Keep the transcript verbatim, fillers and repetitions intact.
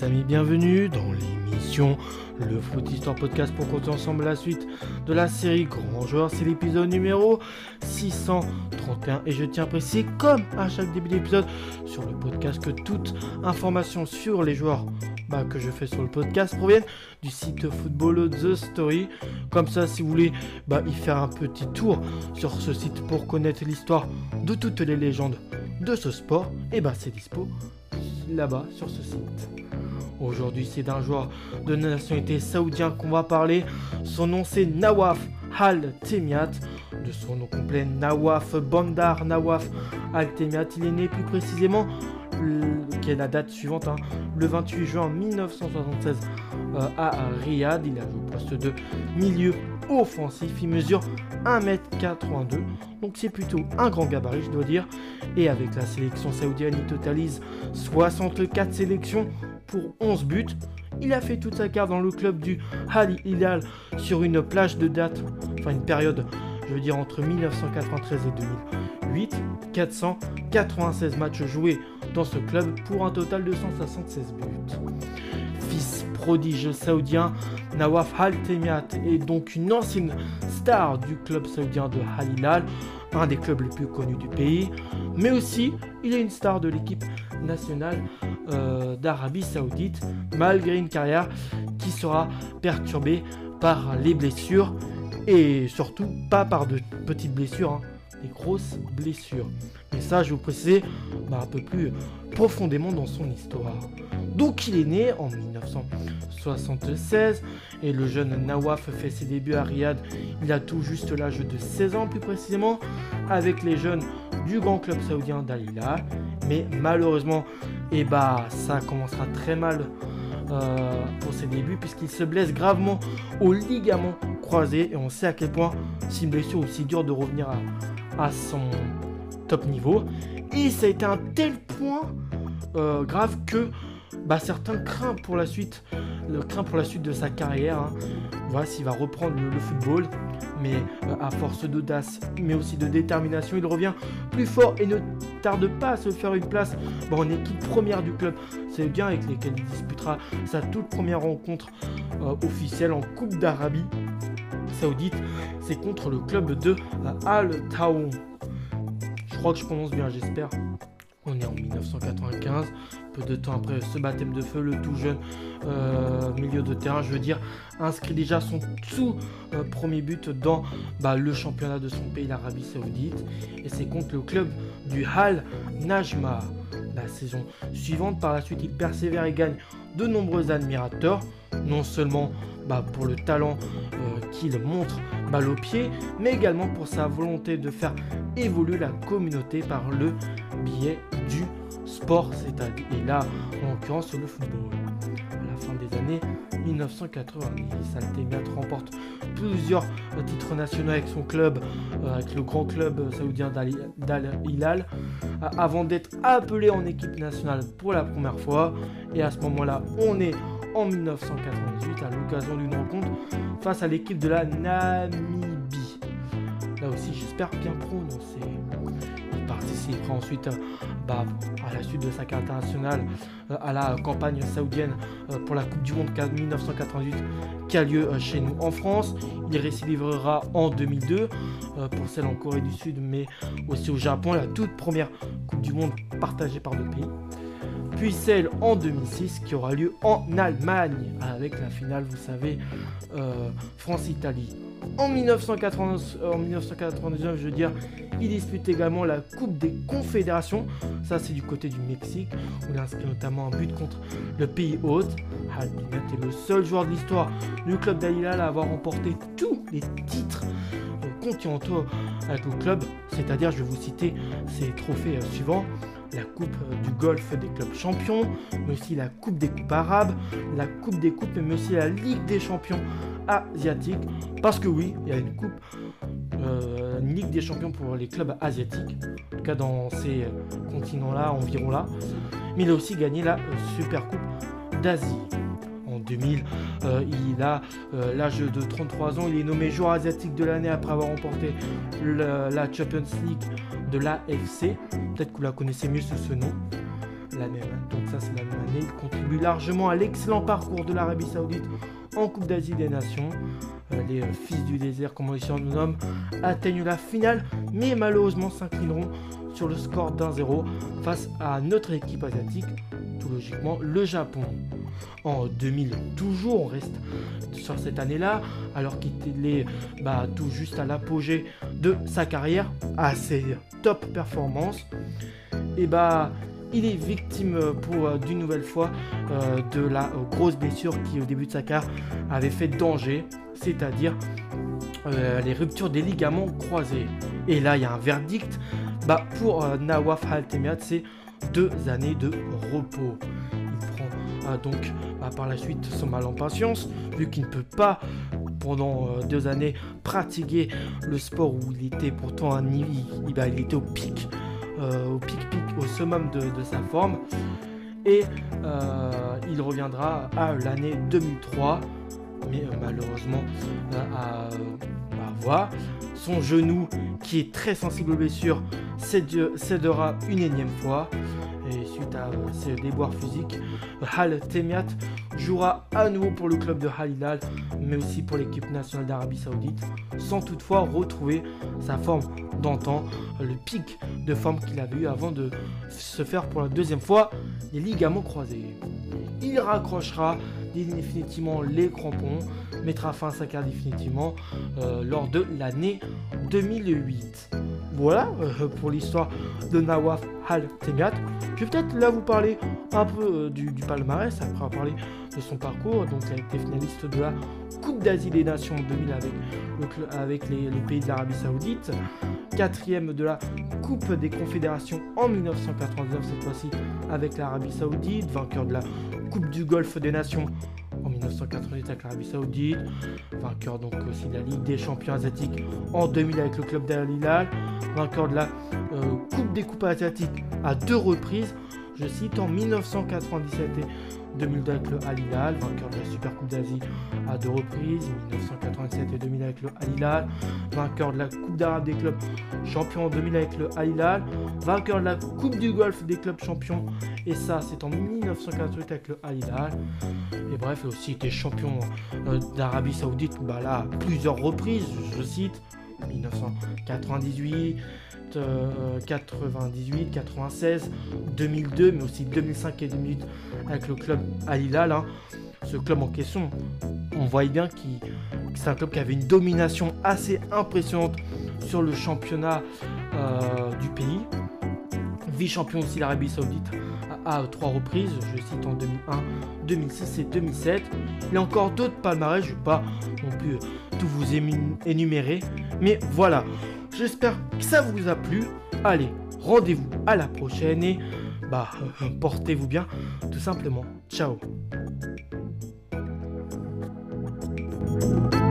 les amis, bienvenue dans l'émission Le Foot Histoire Podcast pour continuer ensemble la suite de la série Grand Joueur. C'est l'épisode numéro six cent trente et un et je tiens à préciser, comme à chaque début d'épisode sur le podcast, que toute information sur les joueurs bah, que je fais sur le podcast proviennent du site Football The Story. Comme ça, si vous voulez bah, y faire un petit tour sur ce site pour connaître l'histoire de toutes les légendes de ce sport, et bah c'est dispo là-bas sur ce site. Aujourd'hui, c'est d'un joueur de nationalité saoudien qu'on va parler. Son nom, c'est Nawaf Al-Temiat. De son nom complet, Nawaf Bandar Nawaf Al-Temiat. Il est né plus précisément, le, qui est la date suivante, hein, le vingt-huit juin mille neuf cent soixante-seize euh, à Riyad. Il a joué au poste de milieu offensif. Il mesure un mètre quatre-vingt-deux. Donc c'est plutôt un grand gabarit, je dois dire. Et avec la sélection saoudienne, il totalise soixante-quatre sélections pour onze buts. Il a fait toute sa carrière dans le club du Al Hilal sur une plage de date, enfin une période, je veux dire entre mille neuf cent quatre-vingt-treize et deux mille huit, quatre cent quatre-vingt-seize matchs joués dans ce club pour un total de cent soixante-seize buts. Fils prodige saoudien, Nawaf Al-Temiat est donc une ancienne star du club saoudien de Al Hilal, un des clubs les plus connus du pays, mais aussi il est une star de l'équipe nationale euh, d'Arabie Saoudite, malgré une carrière qui sera perturbée par les blessures, et surtout pas par de petites blessures, hein, des grosses blessures. Mais ça, je vais vous préciser bah, un peu plus profondément dans son histoire. Donc il est né en mille neuf cent soixante-seize et le jeune Nawaf fait ses débuts à Riyad. Il a tout juste l'âge de seize ans plus précisément, avec les jeunes du grand club saoudien d'Al Hilal. Mais malheureusement, eh bah, ça commencera très mal euh, pour ses débuts, puisqu'il se blesse gravement au ligament croisé. Et on sait à quel point c'est une blessure aussi dure de revenir à, à son top niveau. Et ça a été un tel point euh, grave que bah, certains craignent pour la suite, le craint pour la suite de sa carrière. Hein. Voilà, s'il va reprendre le, le football, mais euh, à force d'audace, mais aussi de détermination, il revient plus fort et ne tarde pas à se faire une place bah, en équipe première du club saoudien, avec lesquels il disputera sa toute première rencontre euh, officielle en Coupe d'Arabie Saoudite. C'est contre le club de euh, Al Taoun. Je crois que je prononce bien, j'espère. On est en mille neuf cent quatre-vingt-quinze, peu de temps après ce baptême de feu, le tout jeune euh, milieu de terrain, je veux dire, inscrit déjà son tout euh, premier but dans bah, le championnat de son pays, l'Arabie Saoudite. Et c'est contre le club du Al Najma. La saison suivante, par la suite, il persévère et gagne de nombreux admirateurs, non seulement bah, pour le talent euh, qu'il montre balle au pied, mais également pour sa volonté de faire évoluer la communauté par le biais du sport, c'est-à-dire, et là, en l'occurrence, le football. À la fin des années mille neuf cent quatre-vingt-dix, Al-Temiat remporte plusieurs titres nationaux avec son club, euh, avec le grand club saoudien d'Al Hilal, euh, avant d'être appelé en équipe nationale pour la première fois. Et à ce moment-là, on est en mille neuf cent quatre-vingt-dix-huit à l'occasion d'une rencontre face à l'équipe de la Namibie. Là aussi, j'espère bien prononcer. Il participera ensuite euh, bah, à la suite de sa carrière internationale euh, à la campagne saoudienne euh, pour la Coupe du Monde mille neuf cent quatre-vingt-huit qui a lieu euh, chez nous en France. Il récidivera en deux mille deux euh, pour celle en Corée du Sud, mais aussi au Japon, la toute première Coupe du Monde partagée par deux pays. Puis celle en deux mille six qui aura lieu en Allemagne avec la finale, vous savez, euh, France-Italie. En mille neuf cent quatre-vingt-dix-neuf, je veux dire, il dispute également la Coupe des Confédérations. Ça, c'est du côté du Mexique, où il inscrit notamment un but contre le pays hôte. Al-Temiat est le seul joueur de l'histoire du club d'Al Hilal à avoir remporté tous les titres continentaux avec le club. C'est-à-dire, je vais vous citer ces trophées suivants. La Coupe du Golfe des clubs champions, mais aussi la Coupe des coupes arabes, la Coupe des coupes, mais aussi la Ligue des champions asiatiques. Parce que oui, il y a une coupe, euh, une Ligue des champions pour les clubs asiatiques, en tout cas dans ces continents-là, environ là. Mais il a aussi gagné la Super Coupe d'Asie. En deux mille, euh, il a euh, l'âge de trente-trois ans, il est nommé joueur asiatique de l'année après avoir remporté le, la Champions League de l'A F C. Peut-être que vous la connaissez mieux sous ce nom. La même, donc ça c'est la même année. Il contribue largement à l'excellent parcours de l'Arabie Saoudite en Coupe d'Asie des Nations. Euh, les euh, fils du désert, comme on les surnomme, atteignent la finale, mais malheureusement s'inclineront sur le score d'un zéro face à notre équipe asiatique, tout logiquement le Japon. En deux mille, toujours, on reste sur cette année-là, alors qu'il était bah, tout juste à l'apogée de sa carrière, à ses top performances, et bah il est victime pour euh, d'une nouvelle fois euh, de la euh, grosse blessure qui au début de sa carrière avait fait danger, c'est-à-dire euh, les ruptures des ligaments croisés. Et là il y a un verdict bah, pour euh, Nawaf Al Temiat, c'est deux années de repos. Il prend euh, donc bah, par la suite son mal en patience, vu qu'il ne peut pas pendant euh, deux années pratiquer le sport où il était pourtant un il, il, bah, il était au pic. Euh, au pic-pic, au summum de, de sa forme, et euh, il reviendra à l'année deux mille trois, mais euh, malheureusement euh, à, à voir son genou qui est très sensible aux blessures cédera une énième fois, et suite à euh, ces déboires physiques, Al Temiat jouera à nouveau pour le club de Al Hilal, mais aussi pour l'équipe nationale d'Arabie Saoudite, sans toutefois retrouver sa forme d'antan, le pic de forme qu'il avait eu avant de se faire pour la deuxième fois les ligaments croisés. Il raccrochera définitivement les crampons, mettra fin à sa carrière définitivement euh, lors de l'année deux mille huit. Voilà euh, pour l'histoire de Nawaf Al Temiat. Je vais peut-être là vous parler un peu euh, du, du palmarès, après avoir parlé de son parcours. Donc il a été finaliste de la Coupe d'Asie des Nations deux mille avec, le, avec les, les pays de l'Arabie Saoudite, quatrième de la Coupe des Confédérations en mille neuf cent quatre-vingt-dix-neuf, cette fois-ci avec l'Arabie Saoudite, vainqueur de la Coupe du Golfe des Nations en mille neuf cent quatre-vingt-dix avec l'Arabie Saoudite, vainqueur donc aussi de la Ligue des Champions Asiatiques en deux mille avec le club d'Al Hilal, vainqueur de la euh, Coupe des Coupes Asiatiques à deux reprises, je cite, en mille neuf cent quatre-vingt-dix-sept et deux mille deux avec le Al Hilal, vainqueur de la Super Coupe d'Asie à deux reprises, mille neuf cent quatre-vingt-dix-sept et deux mille avec le Al Hilal, vainqueur de la Coupe d'Arabe des clubs champions en deux mille avec le Al Hilal, vainqueur de la Coupe du Golfe des clubs champions, et ça c'est en mille neuf cent quatre-vingt-huit avec le Al Hilal. Et bref, il a aussi été champion euh, d'Arabie Saoudite, bah là, à plusieurs reprises, je cite, mille neuf cent quatre-vingt-dix-huit, euh, quatre-vingt-dix-huit, quatre-vingt-seize, deux mille deux, mais aussi deux mille cinq et deux mille huit avec le club Al Hilal. Hein. Ce club en question, on voyait bien qu'il, que c'est un club qui avait une domination assez impressionnante sur le championnat euh, du pays. Vice-champion aussi l'Arabie Saoudite à, à trois reprises, je cite en deux mille un, deux mille six et deux mille sept. Il y a encore d'autres palmarès, je ne vais pas non plus tout vous énumérer, mais voilà. J'espère que ça vous a plu. Allez, rendez-vous à la prochaine et bah euh, portez-vous bien, tout simplement. Ciao.